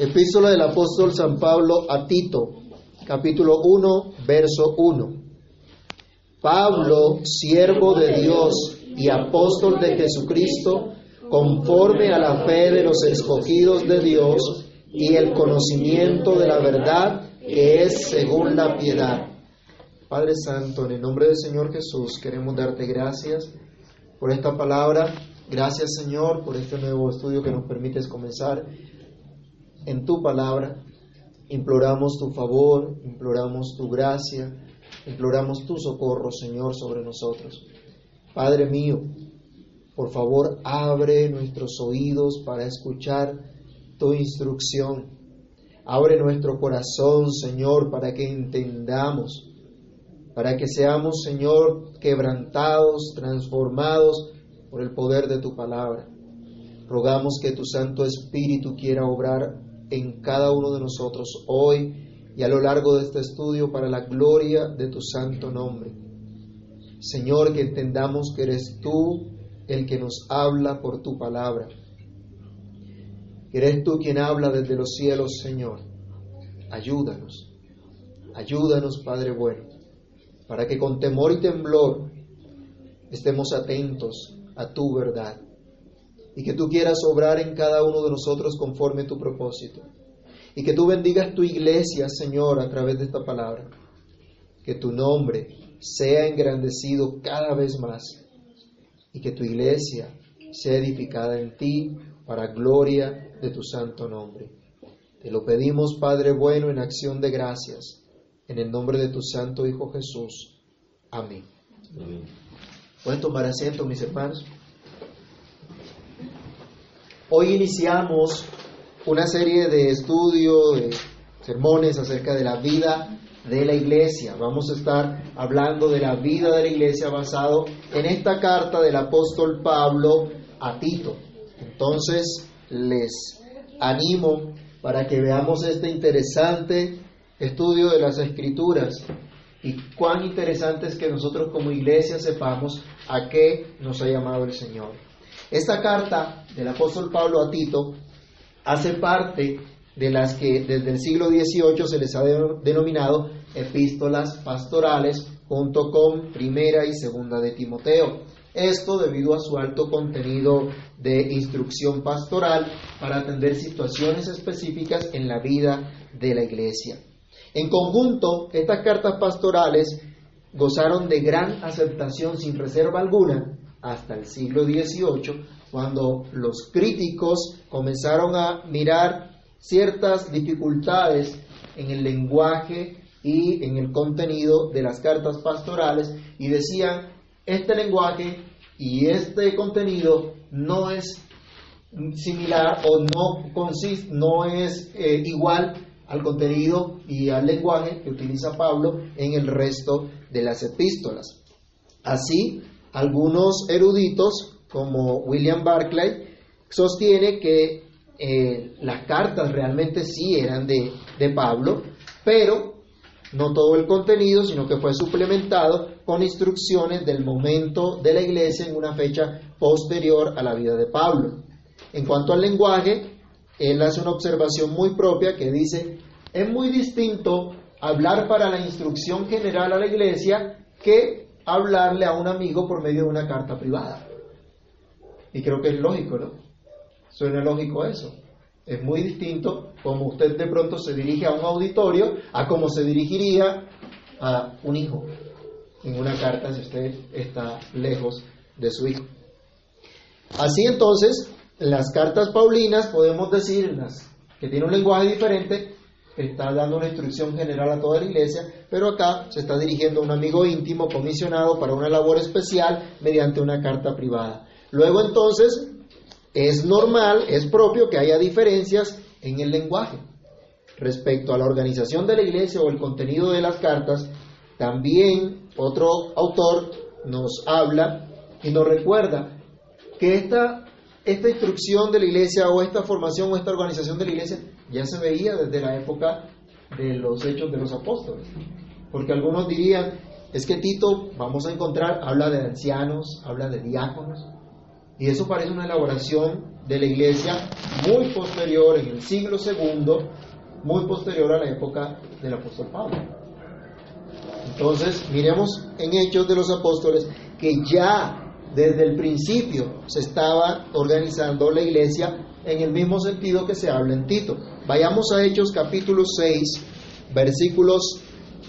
Epístola del apóstol San Pablo a Tito, capítulo 1, verso 1. Pablo, siervo de Dios y apóstol de Jesucristo, conforme a la fe de los escogidos de Dios y el conocimiento de la verdad que es según la piedad. Padre Santo, en el nombre del Señor Jesús, queremos darte gracias por esta palabra. Gracias, Señor, por este nuevo estudio que nos permites comenzar en tu palabra. Imploramos tu favor, imploramos tu gracia, imploramos tu socorro, Señor, sobre nosotros. Padre mío, por favor, abre nuestros oídos para escuchar tu instrucción. Abre nuestro corazón, Señor, para que entendamos, para que seamos, Señor, quebrantados, transformados por el poder de tu palabra. Rogamos que tu Santo Espíritu quiera obrar en cada uno de nosotros hoy y a lo largo de este estudio para la gloria de tu santo nombre. Señor, que entendamos que eres tú el que nos habla por tu palabra. Eres tú quien habla desde los cielos, Señor. Ayúdanos, Padre bueno, para que con temor y temblor estemos atentos a tu verdad. Y que tú quieras obrar en cada uno de nosotros conforme a tu propósito. Y que tú bendigas tu iglesia, Señor, a través de esta palabra. Que tu nombre sea engrandecido cada vez más. Y que tu iglesia sea edificada en ti para gloria de tu santo nombre. Te lo pedimos, Padre bueno, en acción de gracias. En el nombre de tu santo Hijo Jesús. Amén. Amén. ¿Pueden tomar asiento, mis hermanos? Hoy iniciamos una serie de estudios, de sermones acerca de la vida de la iglesia. Vamos a estar hablando de la vida de la iglesia basado en esta carta del apóstol Pablo a Tito. Entonces, les animo para que veamos este interesante estudio de las Escrituras y cuán interesante es que nosotros como iglesia sepamos a qué nos ha llamado el Señor. Esta carta del apóstol Pablo a Tito hace parte de las que desde el siglo XVIII se les ha denominado epístolas pastorales, junto con Primera y Segunda de Timoteo. Esto debido a su alto contenido de instrucción pastoral para atender situaciones específicas en la vida de la iglesia. En conjunto, estas cartas pastorales gozaron de gran aceptación sin reserva alguna hasta el siglo XVIII, cuando los críticos comenzaron a mirar ciertas dificultades en el lenguaje y en el contenido de las cartas pastorales y decían, este lenguaje y este contenido no es similar o no es igual al contenido y al lenguaje que utiliza Pablo en el resto de las epístolas. Así, algunos eruditos, como William Barclay, sostiene que las cartas realmente sí eran de Pablo, pero no todo el contenido, sino que fue suplementado con instrucciones del momento de la iglesia en una fecha posterior a la vida de Pablo. En cuanto al lenguaje, él hace una observación muy propia que dice, es muy distinto hablar para la instrucción general a la iglesia que hablarle a un amigo por medio de una carta privada. Y creo que es lógico, ¿no? Suena lógico eso. Es muy distinto como usted de pronto se dirige a un auditorio a como se dirigiría a un hijo en una carta si usted está lejos de su hijo. Así entonces, las cartas paulinas, podemos decir, las que tienen un lenguaje diferente, está dando una instrucción general a toda la iglesia, pero acá se está dirigiendo a un amigo íntimo comisionado para una labor especial mediante una carta privada. Luego entonces, es normal, es propio que haya diferencias en el lenguaje. Respecto a la organización de la iglesia o el contenido de las cartas, también otro autor nos habla y nos recuerda que esta instrucción de la iglesia o esta formación o esta organización de la iglesia ya se veía desde la época de los Hechos de los Apóstoles. Porque algunos dirían, es que Tito, vamos a encontrar, habla de ancianos, habla de diáconos, y eso parece una elaboración de la iglesia muy posterior, en el siglo II, muy posterior a la época del apóstol Pablo. Entonces, miremos en Hechos de los Apóstoles que ya desde el principio se estaba organizando la iglesia en el mismo sentido que se habla en Tito. Vayamos a Hechos capítulo 6, versículos,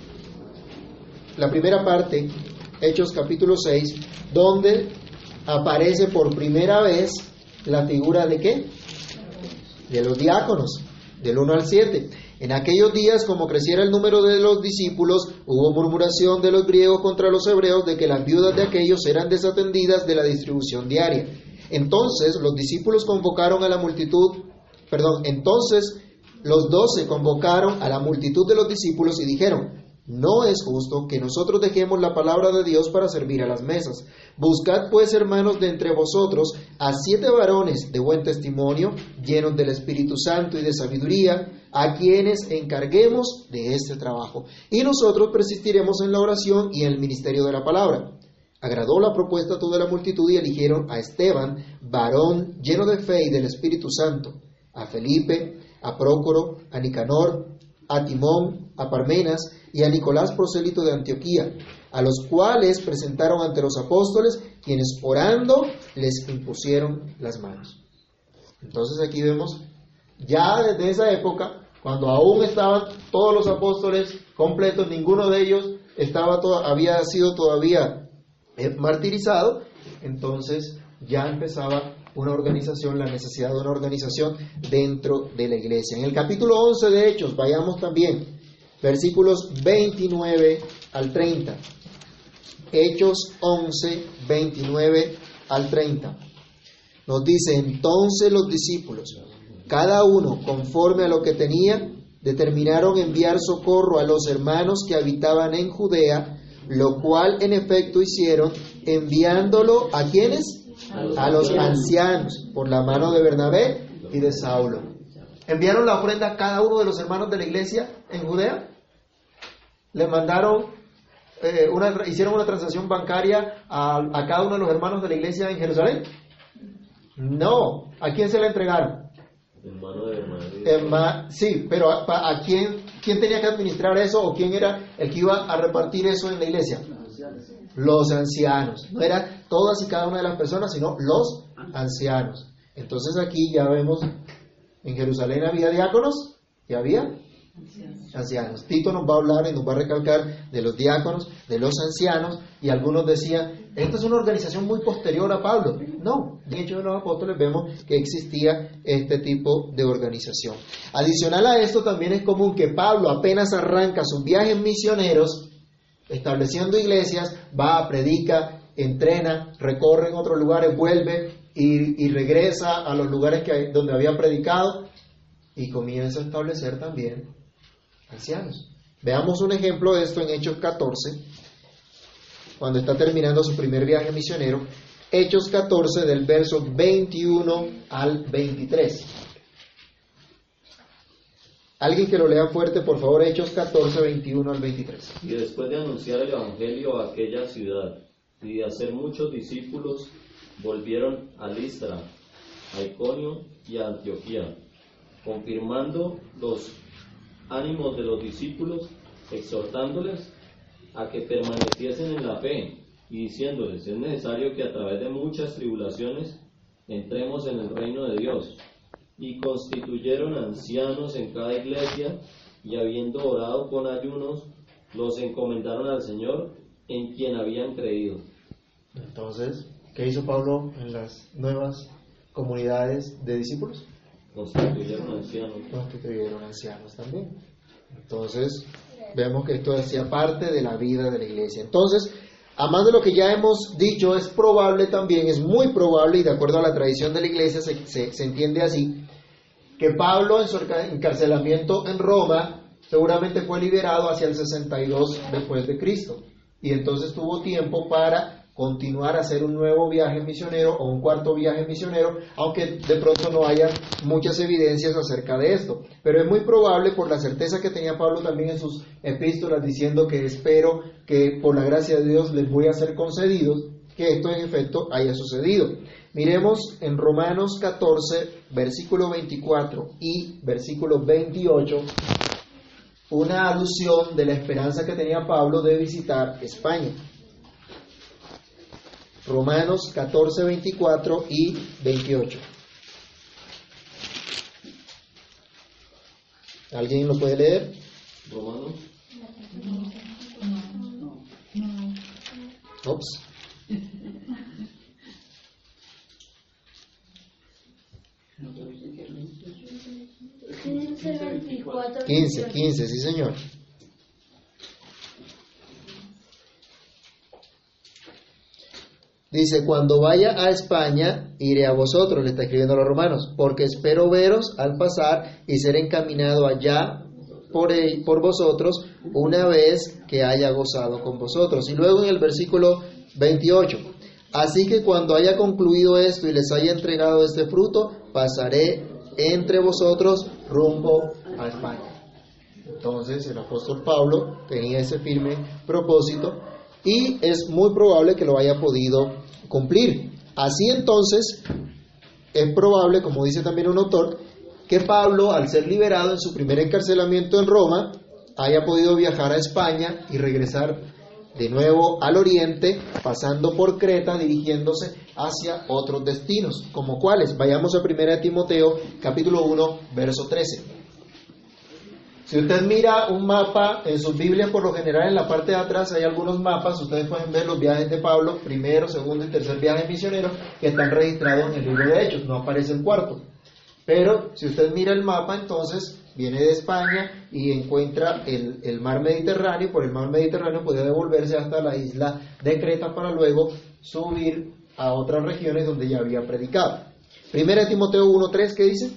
la primera parte, Hechos capítulo 6, donde aparece por primera vez la figura de ¿qué? De los diáconos, del 1 al 7. En aquellos días, como creciera el número de los discípulos, hubo murmuración de los griegos contra los hebreos de que las viudas de aquellos eran desatendidas de la distribución diaria. Entonces los discípulos convocaron a la multitud, entonces los 12 convocaron a la multitud de los discípulos y dijeron: no es justo que nosotros dejemos la palabra de Dios para servir a las mesas. Buscad pues, hermanos, de entre vosotros a 7 varones de buen testimonio, llenos del Espíritu Santo y de sabiduría, a quienes encarguemos de este trabajo. Y nosotros persistiremos en la oración y en el ministerio de la palabra. Agradó la propuesta a toda la multitud y eligieron a Esteban, varón lleno de fe y del Espíritu Santo, a Felipe, a Prócoro, a Nicanor, a Timón, a Parmenas y a Nicolás, prosélito de Antioquía, a los cuales presentaron ante los apóstoles, quienes orando les impusieron las manos. Entonces aquí vemos, ya desde esa época, cuando aún estaban todos los apóstoles completos, ninguno de ellos había sido todavía martirizado, entonces ya empezaba una organización, la necesidad de una organización dentro de la iglesia. En el capítulo 11 de Hechos, vayamos también, versículos 29 al 30. Hechos 11, 29 al 30. Nos dice: entonces los discípulos, cada uno conforme a lo que tenía, determinaron enviar socorro a los hermanos que habitaban en Judea, lo cual en efecto hicieron, enviándolo ¿a quiénes? A los ancianos, por la mano de Bernabé y de Saulo. ¿Enviaron la ofrenda a cada uno de los hermanos de la iglesia en Judea? ¿Le mandaron, hicieron una transacción bancaria a cada uno de los hermanos de la iglesia en Jerusalén? No. ¿A quién se la entregaron? Hermano de Bernabé. Sí, pero ¿a quién tenía que administrar eso, o quién era el que iba a repartir eso en la iglesia? Los ancianos. No eran todas y cada una de las personas, sino los ancianos. Entonces aquí ya vemos, en Jerusalén había diáconos y había ancianos. Tito nos va a hablar y nos va a recalcar de los diáconos, de los ancianos, y algunos decían, esta es una organización muy posterior a Pablo. No, en Hechos de los Apóstoles vemos que existía este tipo de organización. Adicional a esto, también es común que Pablo apenas arranca sus viajes misioneros, estableciendo iglesias, va, predica, entrena, recorre en otros lugares, vuelve y regresa a los lugares donde había predicado y comienza a establecer también ancianos. Veamos un ejemplo de esto en Hechos 14, cuando está terminando su primer viaje misionero. Hechos 14, del verso 21 al 23. Alguien que lo lea fuerte, por favor. Hechos 14, 21 al 23. Y después de anunciar el evangelio a aquella ciudad y de hacer muchos discípulos, volvieron a Listra, a Iconio y a Antioquía, confirmando los ánimos de los discípulos, exhortándoles a que permaneciesen en la fe y diciéndoles: es necesario que a través de muchas tribulaciones entremos en el reino de Dios. Y constituyeron ancianos en cada iglesia, y habiendo orado con ayunos, los encomendaron al Señor, en quien habían creído. Entonces, ¿qué hizo Pablo en las nuevas comunidades de discípulos? Constituyeron ancianos. Constituyeron ancianos también. Entonces, vemos que esto hacía parte de la vida de la iglesia. Entonces, a más de lo que ya hemos dicho, es probable también, es muy probable, y de acuerdo a la tradición de la iglesia se entiende así, que Pablo en su encarcelamiento en Roma seguramente fue liberado hacia el 62 después de Cristo, y entonces tuvo tiempo para continuar a hacer un nuevo viaje misionero o un cuarto viaje misionero, aunque de pronto no haya muchas evidencias acerca de esto. Pero es muy probable, por la certeza que tenía Pablo también en sus epístolas, diciendo que espero que por la gracia de Dios les voy a ser concedidos, que esto en efecto haya sucedido. Miremos en Romanos 14, versículo 24 y versículo 28, una alusión de la esperanza que tenía Pablo de visitar España. Romanos 14, 24 y 28. ¿Alguien lo puede leer? Romanos. Ups. 15, sí señor. Dice, cuando vaya a España, iré a vosotros, le está escribiendo a los romanos, porque espero veros al pasar y ser encaminado allá por vosotros una vez que haya gozado con vosotros. Y luego en el versículo 28, así que cuando haya concluido esto y les haya entregado este fruto, pasaré entre vosotros rumbo a España. Entonces el apóstol Pablo tenía ese firme propósito y es muy probable que lo haya podido cumplir. Así entonces es probable, como dice también un autor, que Pablo, al ser liberado en su primer encarcelamiento en Roma, haya podido viajar a España y regresar de nuevo al oriente, pasando por Creta, dirigiéndose hacia otros destinos, como cuáles. Vayamos a 1 Timoteo, capítulo 1, verso 13. Si usted mira un mapa en sus Biblias, por lo general en la parte de atrás hay algunos mapas, ustedes pueden ver los viajes de Pablo, primero, segundo y tercer viaje misionero, que están registrados en el libro de Hechos, no aparece el cuarto. Pero si usted mira el mapa, entonces viene de España y encuentra el mar Mediterráneo, y por el mar Mediterráneo podía devolverse hasta la isla de Creta para luego subir a otras regiones donde ya había predicado. 1 Timoteo 1.3, ¿qué dice?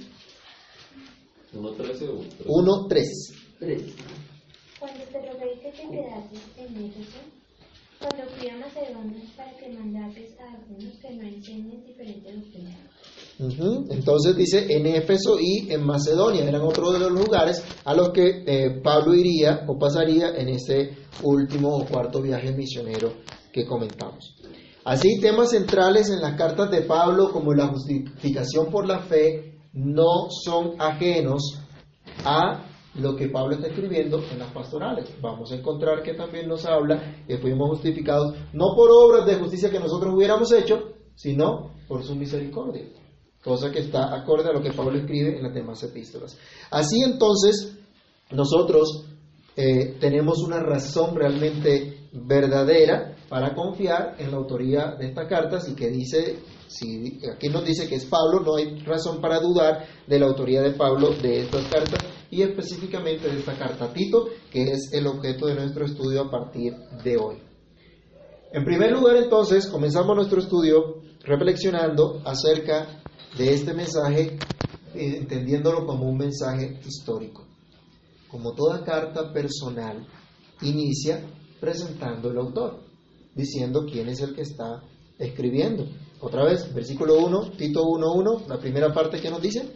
1.13 o 1.3. Cuando te rogué que te quedases en Éfeso, cuando fui a Macedonia para que mandases a algunos que no enseñen diferente doctrina. Entonces dice en Éfeso y en Macedonia, eran otros de los lugares a los que Pablo iría o pasaría en este último o cuarto viaje misionero que comentamos. Así, temas centrales en las cartas de Pablo como la justificación por la fe no son ajenos a lo que Pablo está escribiendo en las pastorales. Vamos a encontrar que también nos habla que fuimos justificados no por obras de justicia que nosotros hubiéramos hecho, sino por su misericordia, cosa que está acorde a lo que Pablo escribe en las demás epístolas. Así entonces, nosotros tenemos una razón realmente verdadera para confiar en la autoría de estas cartas, y que dice, si aquí nos dice que es Pablo, no hay razón para dudar de la autoría de Pablo de estas cartas, y específicamente de esta carta a Tito, que es el objeto de nuestro estudio a partir de hoy. En primer lugar, entonces, comenzamos nuestro estudio reflexionando acerca de este mensaje, entendiéndolo como un mensaje histórico. Como toda carta personal, inicia presentando el autor, diciendo quién es el que está escribiendo. Otra vez, versículo 1, Tito 1:1, la primera parte que nos dice.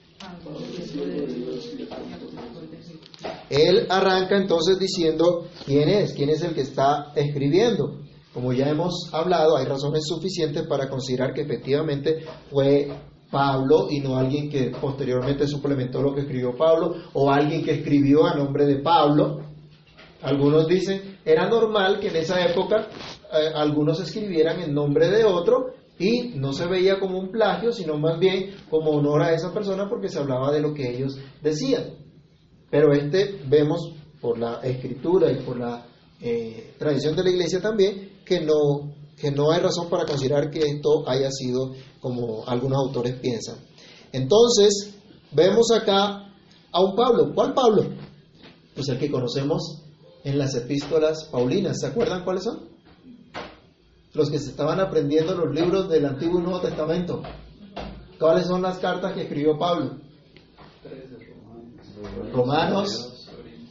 Él arranca entonces diciendo quién es el que está escribiendo. Como ya hemos hablado, hay razones suficientes para considerar que efectivamente fue Pablo y no alguien que posteriormente suplementó lo que escribió Pablo, o alguien que escribió a nombre de Pablo. Algunos dicen, era normal que en esa época algunos escribieran en nombre de otro, y no se veía como un plagio, sino más bien como honor a esa persona, porque se hablaba de lo que ellos decían. Pero vemos por la escritura y por la tradición de la iglesia también, que no hay razón para considerar que esto haya sido como algunos autores piensan. Entonces, vemos acá a un Pablo. ¿Cuál Pablo? Pues el que conocemos en las epístolas paulinas. ¿Se acuerdan cuáles son? Los que se estaban aprendiendo los libros del Antiguo y Nuevo Testamento. ¿Cuáles son las cartas que escribió Pablo? Romanos.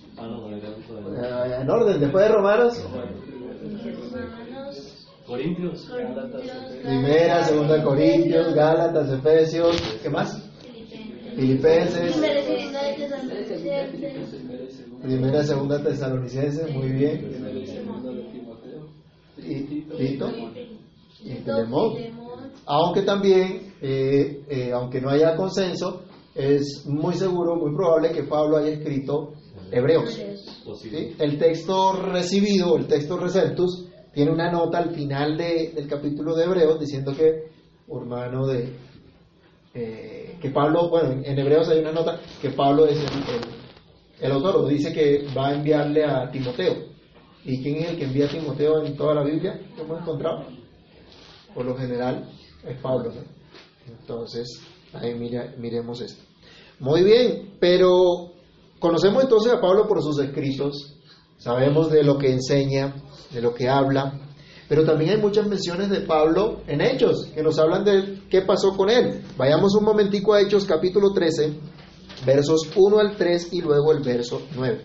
En orden, después de Romanos. Corintios. Primera, segunda Corintios, Gálatas, Efesios, ¿qué más? Filipenses. Primera, segunda Tesalonicenses, muy bien. Y Tito y Filemón. aunque también, aunque no haya consenso, es muy seguro, muy probable que Pablo haya escrito Hebreos. ¿Sí? El texto recibido, el texto receptus, tiene una nota al final del capítulo de Hebreos diciendo que, hermano, que Pablo, bueno, en Hebreos hay una nota que Pablo es el autor, o dice que va a enviarle a Timoteo. ¿Y quién es el que envía a Timoteo en toda la Biblia que hemos encontrado? Por lo general es Pablo, ¿no? Entonces, ahí miremos esto. Muy bien, pero conocemos entonces a Pablo por sus escritos, sabemos de lo que enseña, de lo que habla, pero también hay muchas menciones de Pablo en Hechos, que nos hablan de qué pasó con él. Vayamos un momentico a Hechos capítulo 13, versos 1 al 3 y luego el verso 9.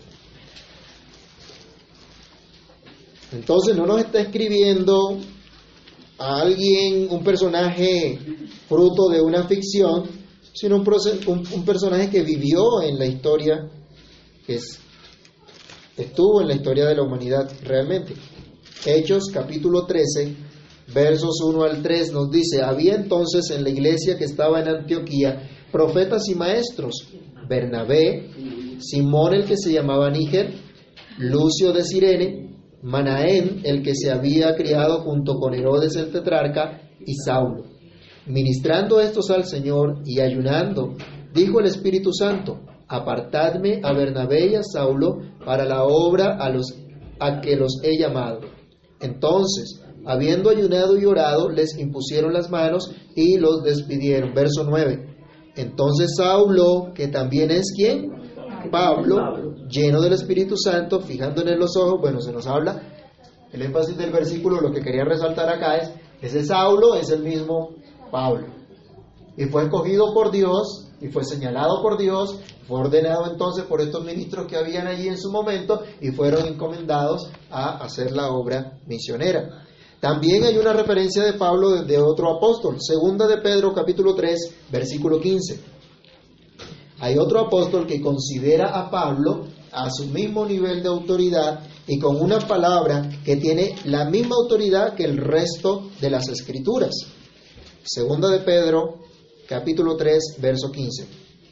Entonces no nos está escribiendo a alguien, un personaje fruto de una ficción, sino un personaje que vivió en la historia, estuvo en la historia de la humanidad realmente. Hechos capítulo 13, versos 1 al 3 nos dice: había entonces en la iglesia que estaba en Antioquía profetas y maestros, Bernabé, Simón el que se llamaba Níger, Lucio de Cirene, Manaén el que se había criado junto con Herodes el tetrarca, y Saulo. Ministrando estos al Señor y ayunando, dijo el Espíritu Santo: apartadme a Bernabé y a Saulo para la obra a que los he llamado. Entonces, habiendo ayunado y orado, les impusieron las manos y los despidieron. Verso 9. Entonces Saulo, que también es ¿quién? Pablo, lleno del Espíritu Santo, fijando en él los ojos, bueno, se nos habla, el énfasis del versículo, lo que quería resaltar acá es, ese Saulo es el mismo Pablo, y fue escogido por Dios, y fue señalado por Dios, fue ordenado entonces por estos ministros que habían allí en su momento, y fueron encomendados a hacer la obra misionera. También hay una referencia de Pablo de otro apóstol, segunda de Pedro capítulo 3, versículo 15. Hay otro apóstol que considera a Pablo a su mismo nivel de autoridad y con una palabra que tiene la misma autoridad que el resto de las Escrituras. Segunda de Pedro, capítulo 3, verso 15.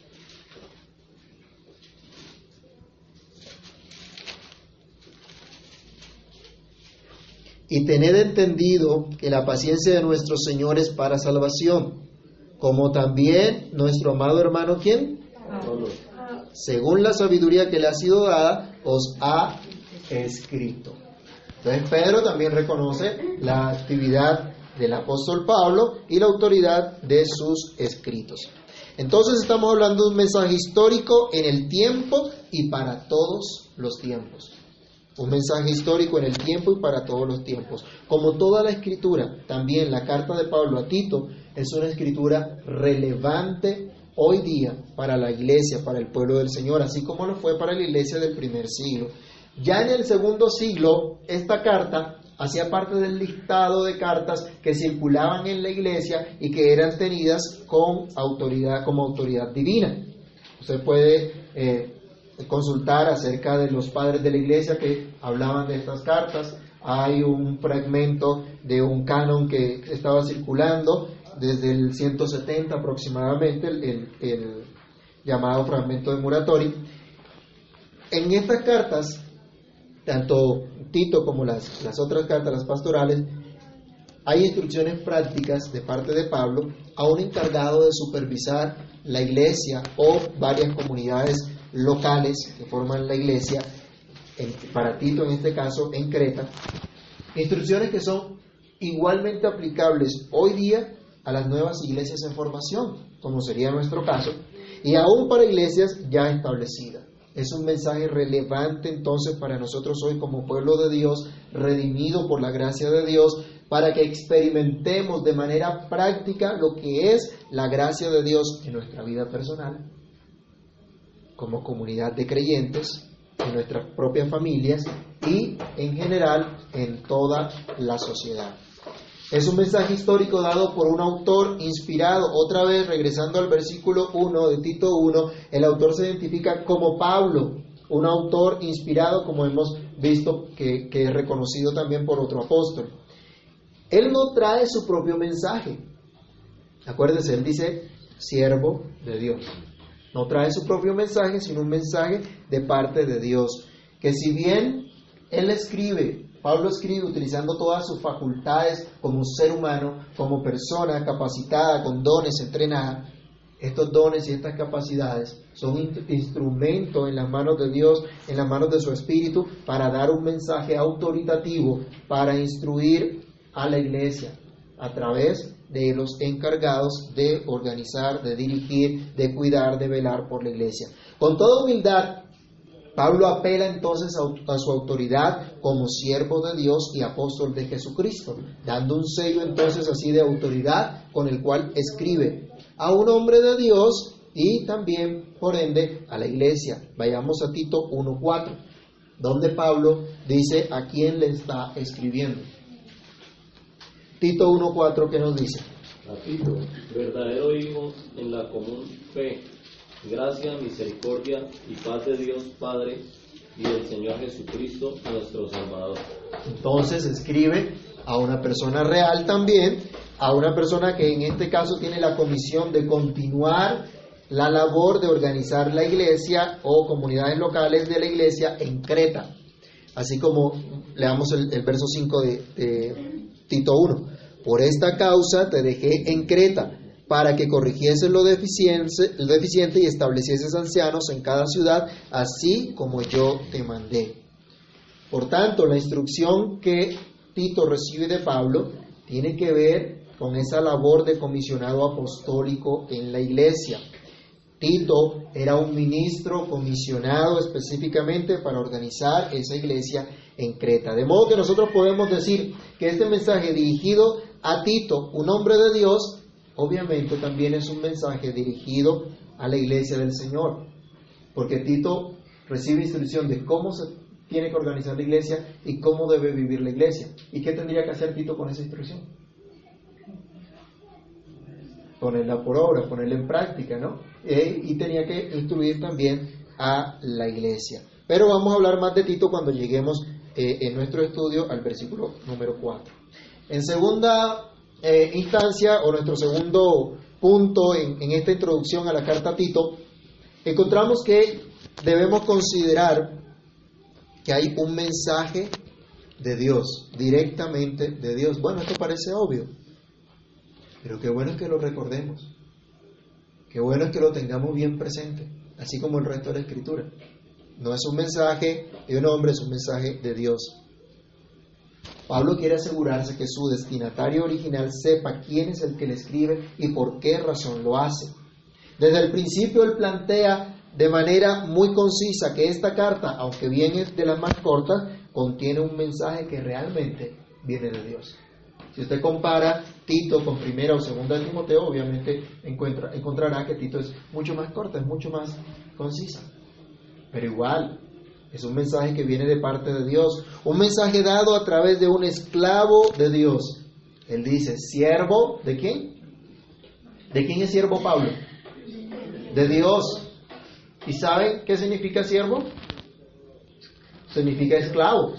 Y tened entendido que la paciencia de nuestro Señor es para salvación, como también nuestro amado hermano, ¿quién? Según la sabiduría que le ha sido dada, os ha escrito. Entonces Pedro también reconoce la actividad del apóstol Pablo y la autoridad de sus escritos. Entonces estamos hablando de un mensaje histórico en el tiempo y para todos los tiempos. Un mensaje histórico en el tiempo y para todos los tiempos. Como toda la escritura, también la carta de Pablo a Tito es una escritura relevante hoy día para la iglesia, para el pueblo del Señor, así como lo fue para la iglesia del primer siglo. Ya en el segundo siglo, esta carta hacía parte del listado de cartas que circulaban en la iglesia y que eran tenidas con autoridad, como autoridad divina. Usted puede consultar acerca de los padres de la iglesia que hablaban de estas cartas. Hay un fragmento de un canon que estaba circulando desde el 170 aproximadamente, el llamado fragmento de Muratori. En estas cartas, tanto Tito como las otras cartas, las pastorales, hay instrucciones prácticas de parte de Pablo a un encargado de supervisar la iglesia o varias comunidades locales que forman la iglesia, para Tito en este caso en Creta, instrucciones que son igualmente aplicables hoy día a las nuevas iglesias en formación, como sería nuestro caso, y aún para iglesias ya establecidas. Es un mensaje relevante entonces para nosotros hoy como pueblo de Dios, redimido por la gracia de Dios, para que experimentemos de manera práctica lo que es la gracia de Dios en nuestra vida personal, como comunidad de creyentes, en nuestras propias familias y en general en toda la sociedad. Es un mensaje histórico dado por un autor inspirado. Otra vez, regresando al versículo 1 de Tito 1, el autor se identifica como Pablo, un autor inspirado, como hemos visto, que es reconocido también por otro apóstol. Él no trae su propio mensaje, Acuérdense, él dice siervo de Dios. No trae su propio mensaje, sino un mensaje de parte de Dios. Que si bien él escribe, Pablo escribe utilizando todas sus facultades como ser humano, como persona capacitada, con dones, entrenada, estos dones y estas capacidades son instrumentos en las manos de Dios, en las manos de su Espíritu, para dar un mensaje autoritativo, para instruir a la iglesia a través de los encargados de organizar, de dirigir, de cuidar, de velar por la iglesia. Con toda humildad, Pablo apela entonces a su autoridad como siervo de Dios y apóstol de Jesucristo, dando un sello entonces así de autoridad con el cual escribe a un hombre de Dios y también, por ende, a la iglesia. Vayamos a Tito 1:4, donde Pablo dice a quién le está escribiendo. Tito 1:4, ¿qué nos dice? A Tito, verdadero hijo en la común fe, gracia, misericordia y paz de Dios Padre y del Señor Jesucristo, nuestro Salvador. Entonces escribe a una persona real también, a una persona que en este caso tiene la comisión de continuar la labor de organizar la iglesia o comunidades locales de la iglesia en Creta. Así como leamos el verso 5 de Tito 1. Por esta causa te dejé en Creta, para que corrigieses lo deficiente y establecieses ancianos en cada ciudad, así como yo te mandé. Por tanto, la instrucción que Tito recibe de Pablo tiene que ver con esa labor de comisionado apostólico en la iglesia. Tito era un ministro comisionado específicamente para organizar esa iglesia en Creta. De modo que nosotros podemos decir que este mensaje dirigido a Tito, un hombre de Dios, obviamente también es un mensaje dirigido a la iglesia del Señor, porque Tito recibe instrucción de cómo se tiene que organizar la iglesia y cómo debe vivir la iglesia. ¿Y qué tendría que hacer Tito con esa instrucción? Ponerla por obra, ponerla en práctica, ¿no? Y tenía que instruir también a la iglesia. Pero vamos a hablar más de Tito cuando lleguemos en nuestro estudio al versículo número 4. En segunda instancia, o nuestro segundo punto en esta introducción a la carta a Tito, encontramos que debemos considerar que hay un mensaje de Dios, directamente de Dios. Bueno, esto parece obvio, pero qué bueno es que lo recordemos, qué bueno es que lo tengamos bien presente, así como el resto de la Escritura. No es un mensaje de un hombre, es un mensaje de Dios. Pablo quiere asegurarse que su destinatario original sepa quién es el que le escribe y por qué razón lo hace. Desde el principio él plantea de manera muy concisa que esta carta, aunque bien es de las más cortas, contiene un mensaje que realmente viene de Dios. Si usted compara Tito con primera o segunda de Timoteo, obviamente encontrará que Tito es mucho más corta, es mucho más concisa. Pero igual, es un mensaje que viene de parte de Dios, un mensaje dado a través de un esclavo de Dios. Él dice, ¿siervo de quién? ¿De quién es siervo Pablo? De Dios. ¿Y saben qué significa siervo? Significa esclavo.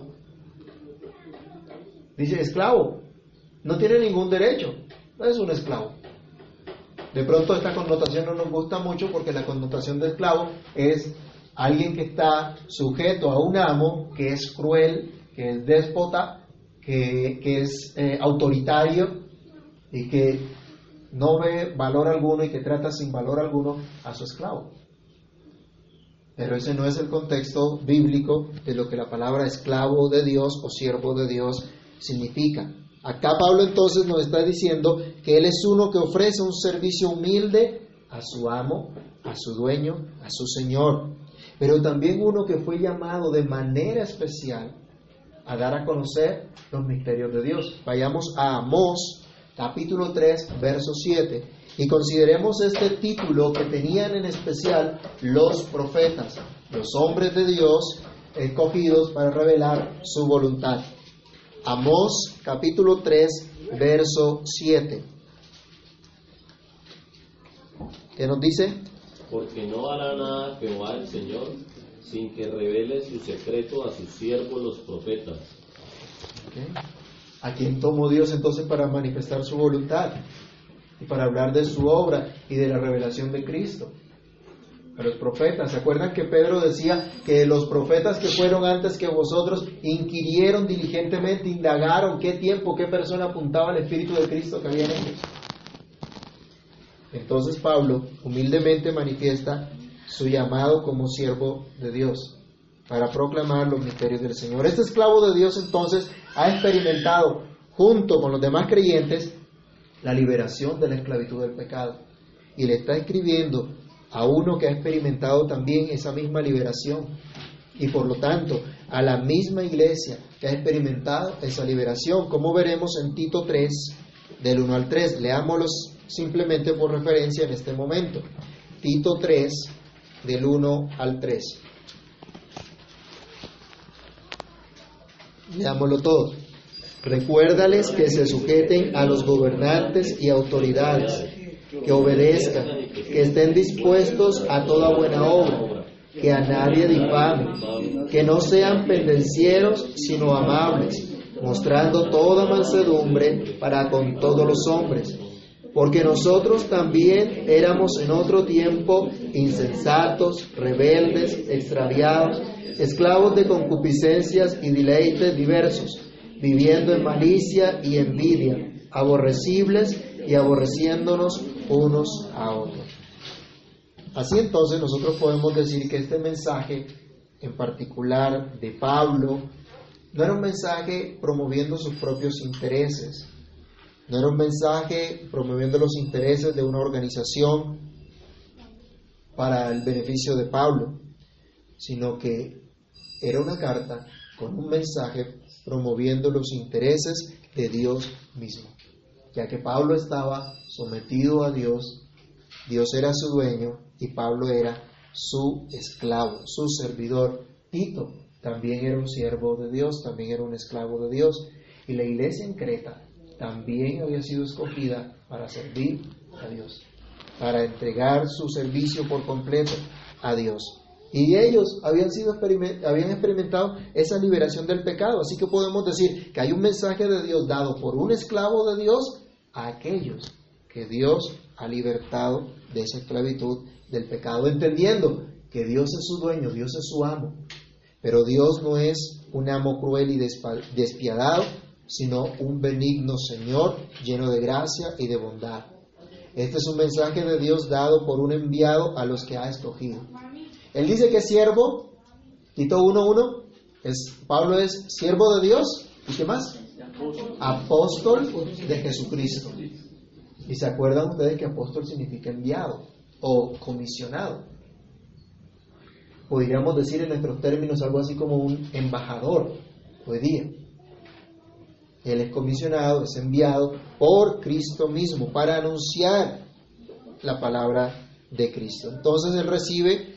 Dice esclavo. No tiene ningún derecho. No es un esclavo. De pronto esta connotación no nos gusta mucho porque la connotación de esclavo es alguien que está sujeto a un amo que es cruel, que es déspota, que es autoritario y que no ve valor alguno y que trata sin valor alguno a su esclavo. Pero ese no es el contexto bíblico de lo que la palabra esclavo de Dios o siervo de Dios significa. Acá Pablo entonces nos está diciendo que él es uno que ofrece un servicio humilde a su amo, a su dueño, a su señor, pero también uno que fue llamado de manera especial a dar a conocer los misterios de Dios. Vayamos a Amós, capítulo 3, verso 7, y consideremos este título que tenían en especial los profetas, los hombres de Dios escogidos para revelar su voluntad. Amós, capítulo 3, verso 7. ¿Qué nos dice? Porque no hará nada Jehová el Señor sin que revele su secreto a sus siervos los profetas. ¿A quién tomó Dios entonces para manifestar su voluntad? y para hablar de su obra y de la revelación de Cristo. A los profetas, ¿se acuerdan que Pedro decía que los profetas que fueron antes que vosotros inquirieron diligentemente, indagaron qué tiempo, qué persona apuntaba al Espíritu de Cristo que había en ellos? Entonces Pablo humildemente manifiesta su llamado como siervo de Dios para proclamar los misterios del Señor. Este esclavo de Dios entonces ha experimentado junto con los demás creyentes la liberación de la esclavitud del pecado y le está escribiendo a uno que ha experimentado también esa misma liberación y por lo tanto a la misma iglesia que ha experimentado esa liberación, como veremos en Tito 3 del 1 al 3. Leámoslos simplemente por referencia en este momento. Tito 3 del 1 al 3. Leámoslo todo. Recuérdales que se sujeten a los gobernantes y autoridades, que obedezcan, que estén dispuestos a toda buena obra, que a nadie difame, que no sean pendencieros, sino amables, mostrando toda mansedumbre para con todos los hombres. Porque nosotros también éramos en otro tiempo insensatos, rebeldes, extraviados, esclavos de concupiscencias y deleites diversos, viviendo en malicia y envidia, aborrecibles y aborreciéndonos unos a otros. Así entonces nosotros podemos decir que este mensaje en particular de Pablo no era un mensaje promoviendo sus propios intereses, no era un mensaje promoviendo los intereses de una organización para el beneficio de Pablo, sino que era una carta con un mensaje promoviendo los intereses de Dios mismo, ya que Pablo estaba sometido a Dios, Dios era su dueño y Pablo era su esclavo, su servidor. Tito también era un siervo de Dios, también era un esclavo de Dios, y la iglesia en Creta también había sido escogida para servir a Dios, para entregar su servicio por completo a Dios. Y ellos habían experimentado esa liberación del pecado. Así que podemos decir que hay un mensaje de Dios dado por un esclavo de Dios a aquellos que Dios ha libertado de esa esclavitud del pecado, entendiendo que Dios es su dueño, Dios es su amo. Pero Dios no es un amo cruel y despiadado, sino un benigno Señor lleno de gracia y de bondad. Este es un mensaje de Dios dado por un enviado a los que ha escogido. Él dice que es siervo, Tito 1:1, Pablo es siervo de Dios, ¿y qué más? Apóstol de Jesucristo. ¿Y se acuerdan ustedes que apóstol significa enviado o comisionado? Podríamos decir en nuestros términos algo así como un embajador hoy día. Él es comisionado, es enviado por Cristo mismo para anunciar la palabra de Cristo. Entonces él recibe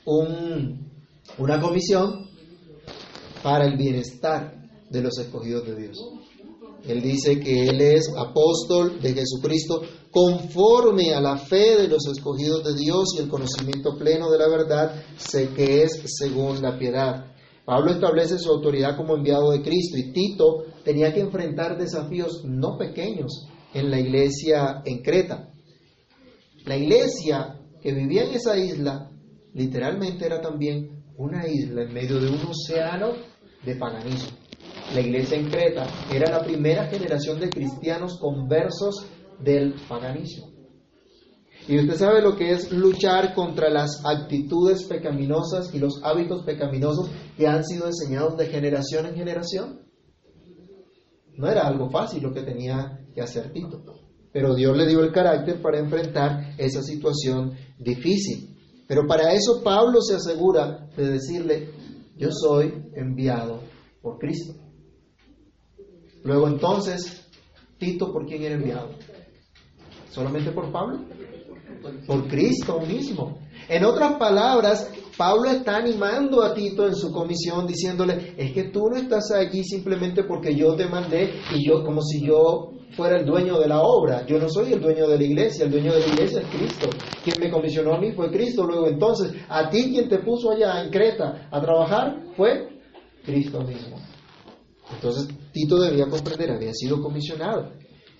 una comisión para el bienestar de los escogidos de Dios. Él dice que él es apóstol de Jesucristo conforme a la fe de los escogidos de Dios y el conocimiento pleno de la verdad, que es según la piedad. Pablo establece su autoridad como enviado de Cristo y Tito tenía que enfrentar desafíos no pequeños en la iglesia en Creta. La iglesia que vivía en esa isla literalmente era también una isla en medio de un océano de paganismo. La iglesia en Creta era la primera generación de cristianos conversos del paganismo. Y usted sabe lo que es luchar contra las actitudes pecaminosas y los hábitos pecaminosos que han sido enseñados de generación en generación. No era algo fácil lo que tenía que hacer Tito, pero Dios le dio el carácter para enfrentar esa situación difícil. Pero para eso Pablo se asegura de decirle: yo soy enviado por Cristo. Luego entonces, Tito, ¿por quién era enviado? ¿Solamente por Pablo? Por Cristo mismo. En otras palabras, Pablo está animando a Tito en su comisión diciéndole: es que tú no estás allí simplemente porque yo te mandé y yo, como si yo fuera el dueño de la obra. Yo no soy el dueño de la iglesia, el dueño de la iglesia es Cristo. Quien me comisionó a mí fue Cristo. Luego entonces, a ti quien te puso allá en Creta a trabajar fue Cristo mismo. Entonces Tito debía comprender, había sido comisionado.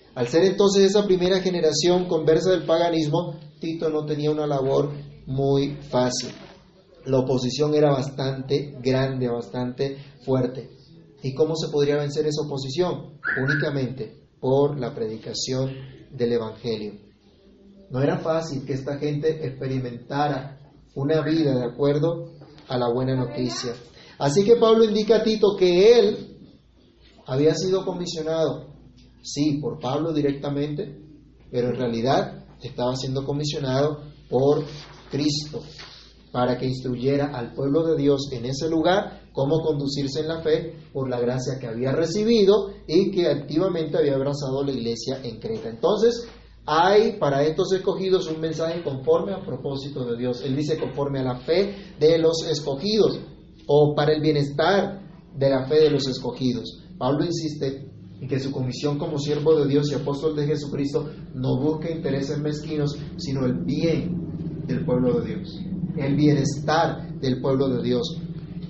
Al ser entonces esa primera generación conversa del paganismo, Tito no tenía una labor muy fácil. La oposición era bastante grande, bastante fuerte. ¿Y cómo se podría vencer esa oposición? Únicamente por la predicación del Evangelio. No era fácil que esta gente experimentara una vida de acuerdo a la buena noticia. Así que Pablo indica a Tito que él había sido comisionado, sí, por Pablo directamente, pero en realidad estaba siendo comisionado por Cristo para que instruyera al pueblo de Dios en ese lugar cómo conducirse en la fe por la gracia que había recibido y que activamente había abrazado la iglesia en Creta. Entonces, hay para estos escogidos un mensaje conforme al propósito de Dios. Él dice conforme a la fe de los escogidos o para el bienestar de la fe de los escogidos. Pablo insiste en que su comisión como siervo de Dios y apóstol de Jesucristo no busca intereses mezquinos, sino el bien del pueblo de Dios, el bienestar del pueblo de Dios,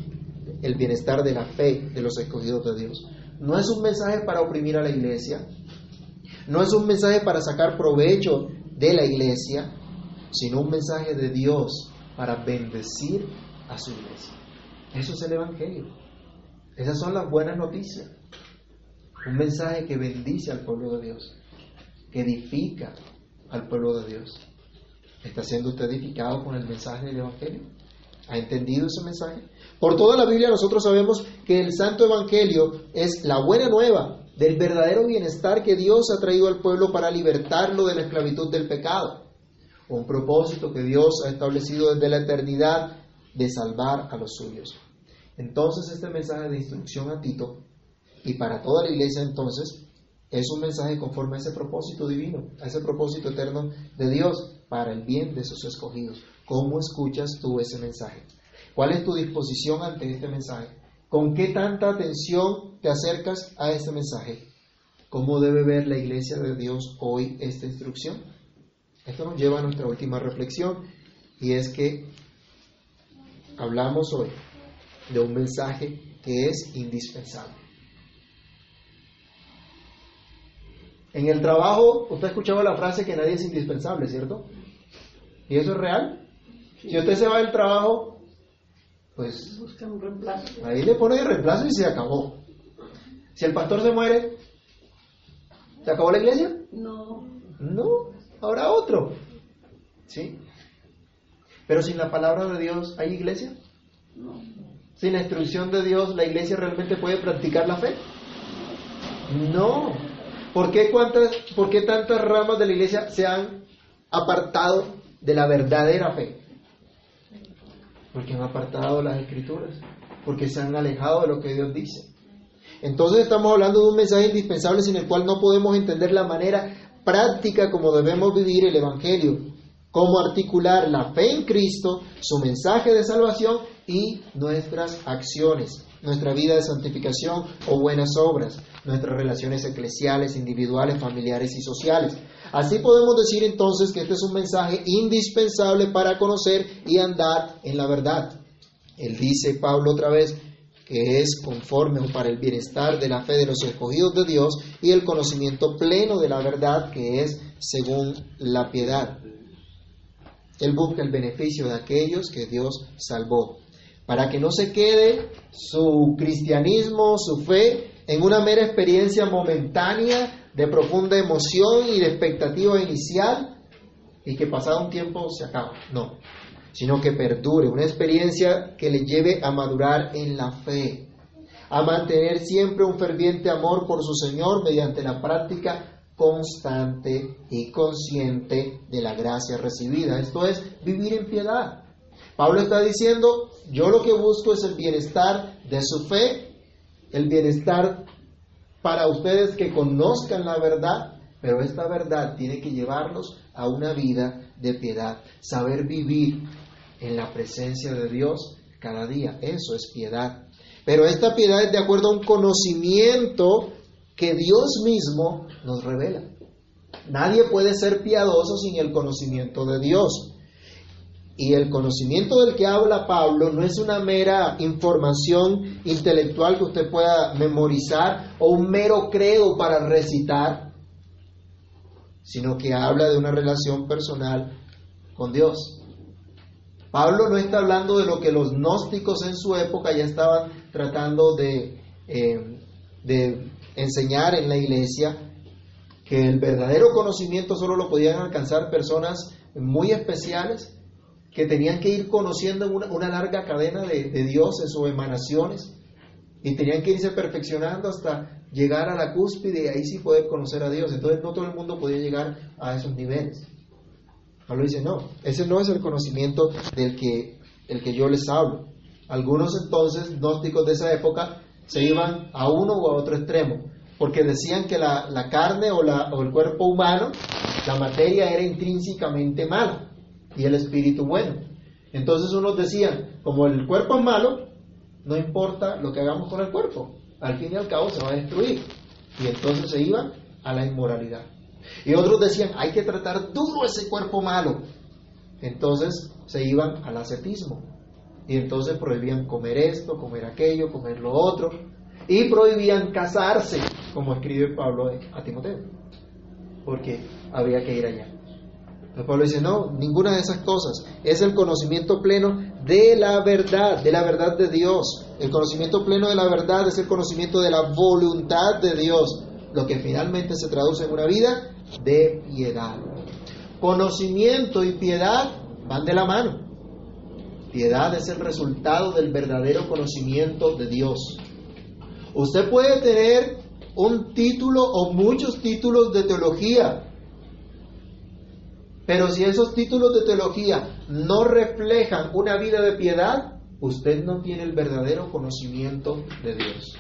el bienestar de la fe de los escogidos de Dios. No es un mensaje para oprimir a la iglesia, no es un mensaje para sacar provecho de la iglesia, sino un mensaje de Dios para bendecir a su iglesia. Eso es el Evangelio. Esas son las buenas noticias. Un mensaje que bendice al pueblo de Dios, que edifica al pueblo de Dios. ¿Está siendo usted edificado con el mensaje del Evangelio? ¿Ha entendido ese mensaje? Por toda la Biblia nosotros sabemos que el Santo Evangelio es la buena nueva del verdadero bienestar que Dios ha traído al pueblo para libertarlo de la esclavitud del pecado. Un propósito que Dios ha establecido desde la eternidad de salvar a los suyos. Entonces este mensaje de instrucción a Tito y para toda la iglesia entonces es un mensaje conforme a ese propósito divino, a ese propósito eterno de Dios para el bien de sus escogidos. ¿Cómo escuchas tú ese mensaje? ¿Cuál es tu disposición ante este mensaje? ¿Con qué tanta atención te acercas a este mensaje? ¿Cómo debe ver la iglesia de Dios hoy esta instrucción? Esto nos lleva a nuestra última reflexión y es que hablamos hoy de un mensaje que es indispensable. En el trabajo, usted ha escuchado la frase que nadie es indispensable, ¿cierto? ¿Y eso es real? Si usted se va del trabajo, pues busca un reemplazo. Ahí le pone el reemplazo y se acabó. Si el pastor se muere, ¿se acabó la iglesia? No. No, habrá otro. ¿Sí? Pero sin la palabra de Dios, ¿hay iglesia? No. Sin la instrucción de Dios, ¿la iglesia realmente puede practicar la fe? No. ¿Por qué tantas ramas de la iglesia se han apartado de la verdadera fe? Porque han apartado las escrituras, porque se han alejado de lo que Dios dice. Entonces estamos hablando de un mensaje indispensable sin el cual no podemos entender la manera práctica como debemos vivir el Evangelio, cómo articular la fe en Cristo, su mensaje de salvación y nuestras acciones, nuestra vida de santificación o buenas obras, nuestras relaciones eclesiales, individuales, familiares y sociales. Así podemos decir entonces que este es un mensaje indispensable para conocer y andar en la verdad. Él dice, Pablo otra vez, que es conforme o para el bienestar de la fe de los escogidos de Dios y el conocimiento pleno de la verdad que es según la piedad. Él busca el beneficio de aquellos que Dios salvó, para que no se quede su cristianismo, su fe, en una mera experiencia momentánea de profunda emoción y de expectativa inicial y que pasado un tiempo se acaba. No, sino que perdure, una experiencia que le lleve a madurar en la fe, a mantener siempre un ferviente amor por su Señor mediante la práctica constante y consciente de la gracia recibida. Esto es, vivir en piedad. Pablo está diciendo, yo lo que busco es el bienestar de su fe, el bienestar para ustedes que conozcan la verdad, pero esta verdad tiene que llevarnos a una vida de piedad, saber vivir en la presencia de Dios cada día, eso es piedad. Pero esta piedad es de acuerdo a un conocimiento que Dios mismo nos revela. Nadie puede ser piadoso sin el conocimiento de Dios. Y el conocimiento del que habla Pablo no es una mera información intelectual que usted pueda memorizar o un mero credo para recitar. sino que habla de una relación personal con Dios. Pablo no está hablando de lo que los gnósticos en su época ya estaban tratando de enseñar en la iglesia, que el verdadero conocimiento solo lo podían alcanzar personas muy especiales, que tenían que ir conociendo una larga cadena de dioses o emanaciones, y tenían que irse perfeccionando hasta llegar a la cúspide y ahí sí poder conocer a Dios. Entonces no todo el mundo podía llegar a esos niveles. Pablo dice, no, ese no es el conocimiento el que yo les hablo. Algunos entonces, gnósticos de esa época, se iban a uno o a otro extremo, porque decían que la carne o el cuerpo humano, la materia era intrínsecamente mala y el espíritu bueno. Entonces unos decían, como el cuerpo es malo, no importa lo que hagamos con el cuerpo, al fin y al cabo se va a destruir. Y entonces se iban a la inmoralidad. Y otros decían, hay que tratar duro ese cuerpo malo. Entonces se iban al ascetismo. Y entonces prohibían comer esto, comer aquello, comer lo otro. Y prohibían casarse, como escribe Pablo a Timoteo, porque habría que ir allá. Entonces Pablo dice, no, ninguna de esas cosas. Es el conocimiento pleno de la verdad de Dios. El conocimiento pleno de la verdad es el conocimiento de la voluntad de Dios, lo que finalmente se traduce en una vida de piedad. Conocimiento y piedad van de la mano. Piedad es el resultado del verdadero conocimiento de Dios. Usted puede tener un título o muchos títulos de teología, pero si esos títulos de teología no reflejan una vida de piedad, usted no tiene el verdadero conocimiento de Dios.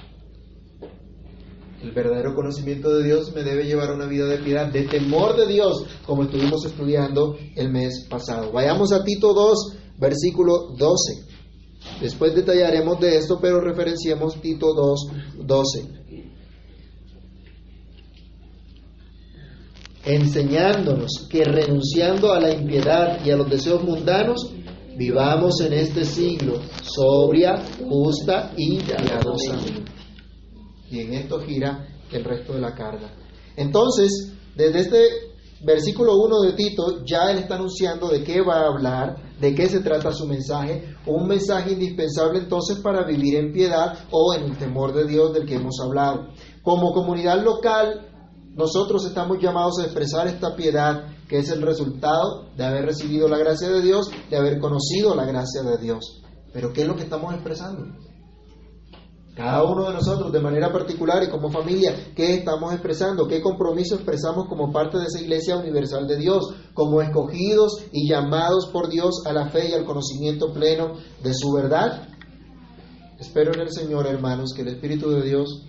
El verdadero conocimiento de Dios me debe llevar a una vida de piedad, de temor de Dios, como estuvimos estudiando el mes pasado. Vayamos a Tito 2, versículo 12. Después detallaremos de esto, pero referenciemos Tito 2, 12. Enseñándonos que renunciando a la impiedad y a los deseos mundanos, vivamos en este siglo sobria, justa y piadosamente. Y en esto gira el resto de la carga. Entonces, desde este versículo 1 de Tito, ya él está anunciando de qué va a hablar, de qué se trata su mensaje, un mensaje indispensable entonces para vivir en piedad o en el temor de Dios del que hemos hablado. Como comunidad local, nosotros estamos llamados a expresar esta piedad, que es el resultado de haber recibido la gracia de Dios, de haber conocido la gracia de Dios. Pero ¿qué es lo que estamos expresando? Cada uno de nosotros, de manera particular y como familia, ¿qué estamos expresando? ¿Qué compromiso expresamos como parte de esa iglesia universal de Dios? Como escogidos y llamados por Dios a la fe y al conocimiento pleno de su verdad. Espero en el Señor, hermanos, que el Espíritu de Dios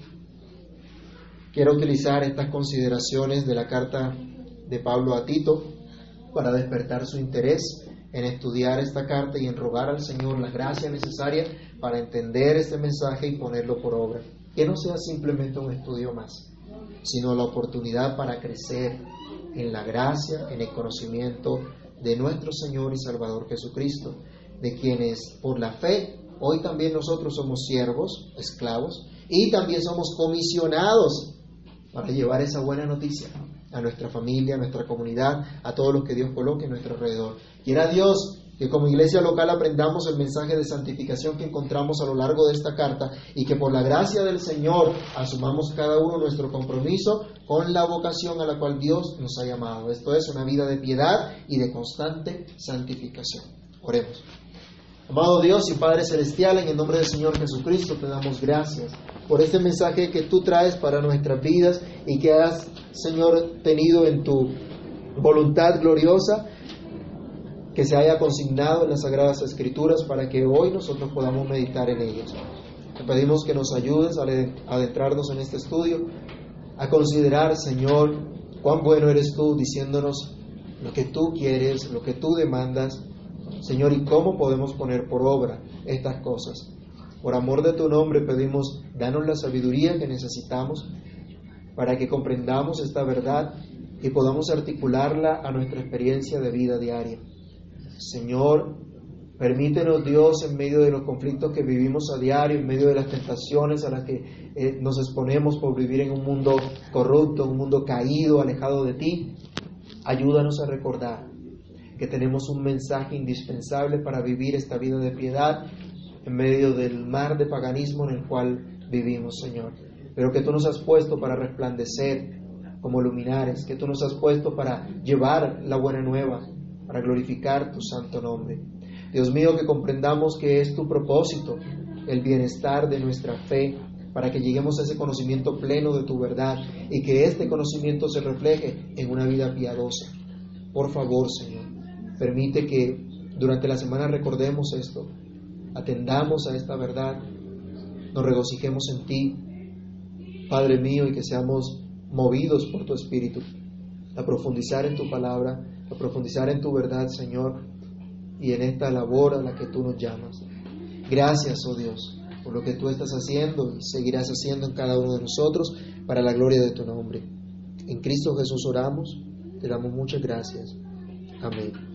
quiera utilizar estas consideraciones de la carta de Pablo a Tito para despertar su interés en estudiar esta carta y en rogar al Señor la gracia necesaria para entender este mensaje y ponerlo por obra. Que no sea simplemente un estudio más, sino la oportunidad para crecer en la gracia, en el conocimiento de nuestro Señor y Salvador Jesucristo, de quienes por la fe hoy también nosotros somos siervos, esclavos, y también somos comisionados para llevar esa buena noticia a nuestra familia, a nuestra comunidad, a todos los que Dios coloque en nuestro alrededor. Quiera Dios que como iglesia local aprendamos el mensaje de santificación que encontramos a lo largo de esta carta y que por la gracia del Señor asumamos cada uno nuestro compromiso con la vocación a la cual Dios nos ha llamado. Esto es una vida de piedad y de constante santificación. Oremos. Amado Dios y Padre Celestial, en el nombre del Señor Jesucristo te damos gracias por este mensaje que tú traes para nuestras vidas y que has, Señor, tenido en tu voluntad gloriosa que se haya consignado en las Sagradas Escrituras para que hoy nosotros podamos meditar en ellas. Te pedimos que nos ayudes a adentrarnos en este estudio, a considerar, Señor, cuán bueno eres tú, diciéndonos lo que tú quieres, lo que tú demandas, Señor, y cómo podemos poner por obra estas cosas. Por amor de tu nombre pedimos, danos la sabiduría que necesitamos para que comprendamos esta verdad y podamos articularla a nuestra experiencia de vida diaria. Señor, permítenos, Dios, en medio de los conflictos que vivimos a diario, en medio de las tentaciones a las que nos exponemos por vivir en un mundo corrupto, un mundo caído, alejado de ti, Ayúdanos a recordar que tenemos un mensaje indispensable para vivir esta vida de piedad en medio del mar de paganismo en el cual vivimos, Señor. Pero que tú nos has puesto para resplandecer como luminares, que tú nos has puesto para llevar la buena nueva, para glorificar tu santo nombre. Dios mío, que comprendamos que es tu propósito el bienestar de nuestra fe, para que lleguemos a ese conocimiento pleno de tu verdad y que este conocimiento se refleje en una vida piadosa. Por favor, Señor, permite que durante la semana recordemos esto, atendamos a esta verdad, nos regocijemos en ti, Padre mío, y que seamos movidos por tu Espíritu a profundizar en tu palabra, a profundizar en tu verdad, Señor, y en esta labor a la que tú nos llamas. Gracias, oh Dios, por lo que tú estás haciendo y seguirás haciendo en cada uno de nosotros para la gloria de tu nombre. En Cristo Jesús oramos, te damos muchas gracias. Amén.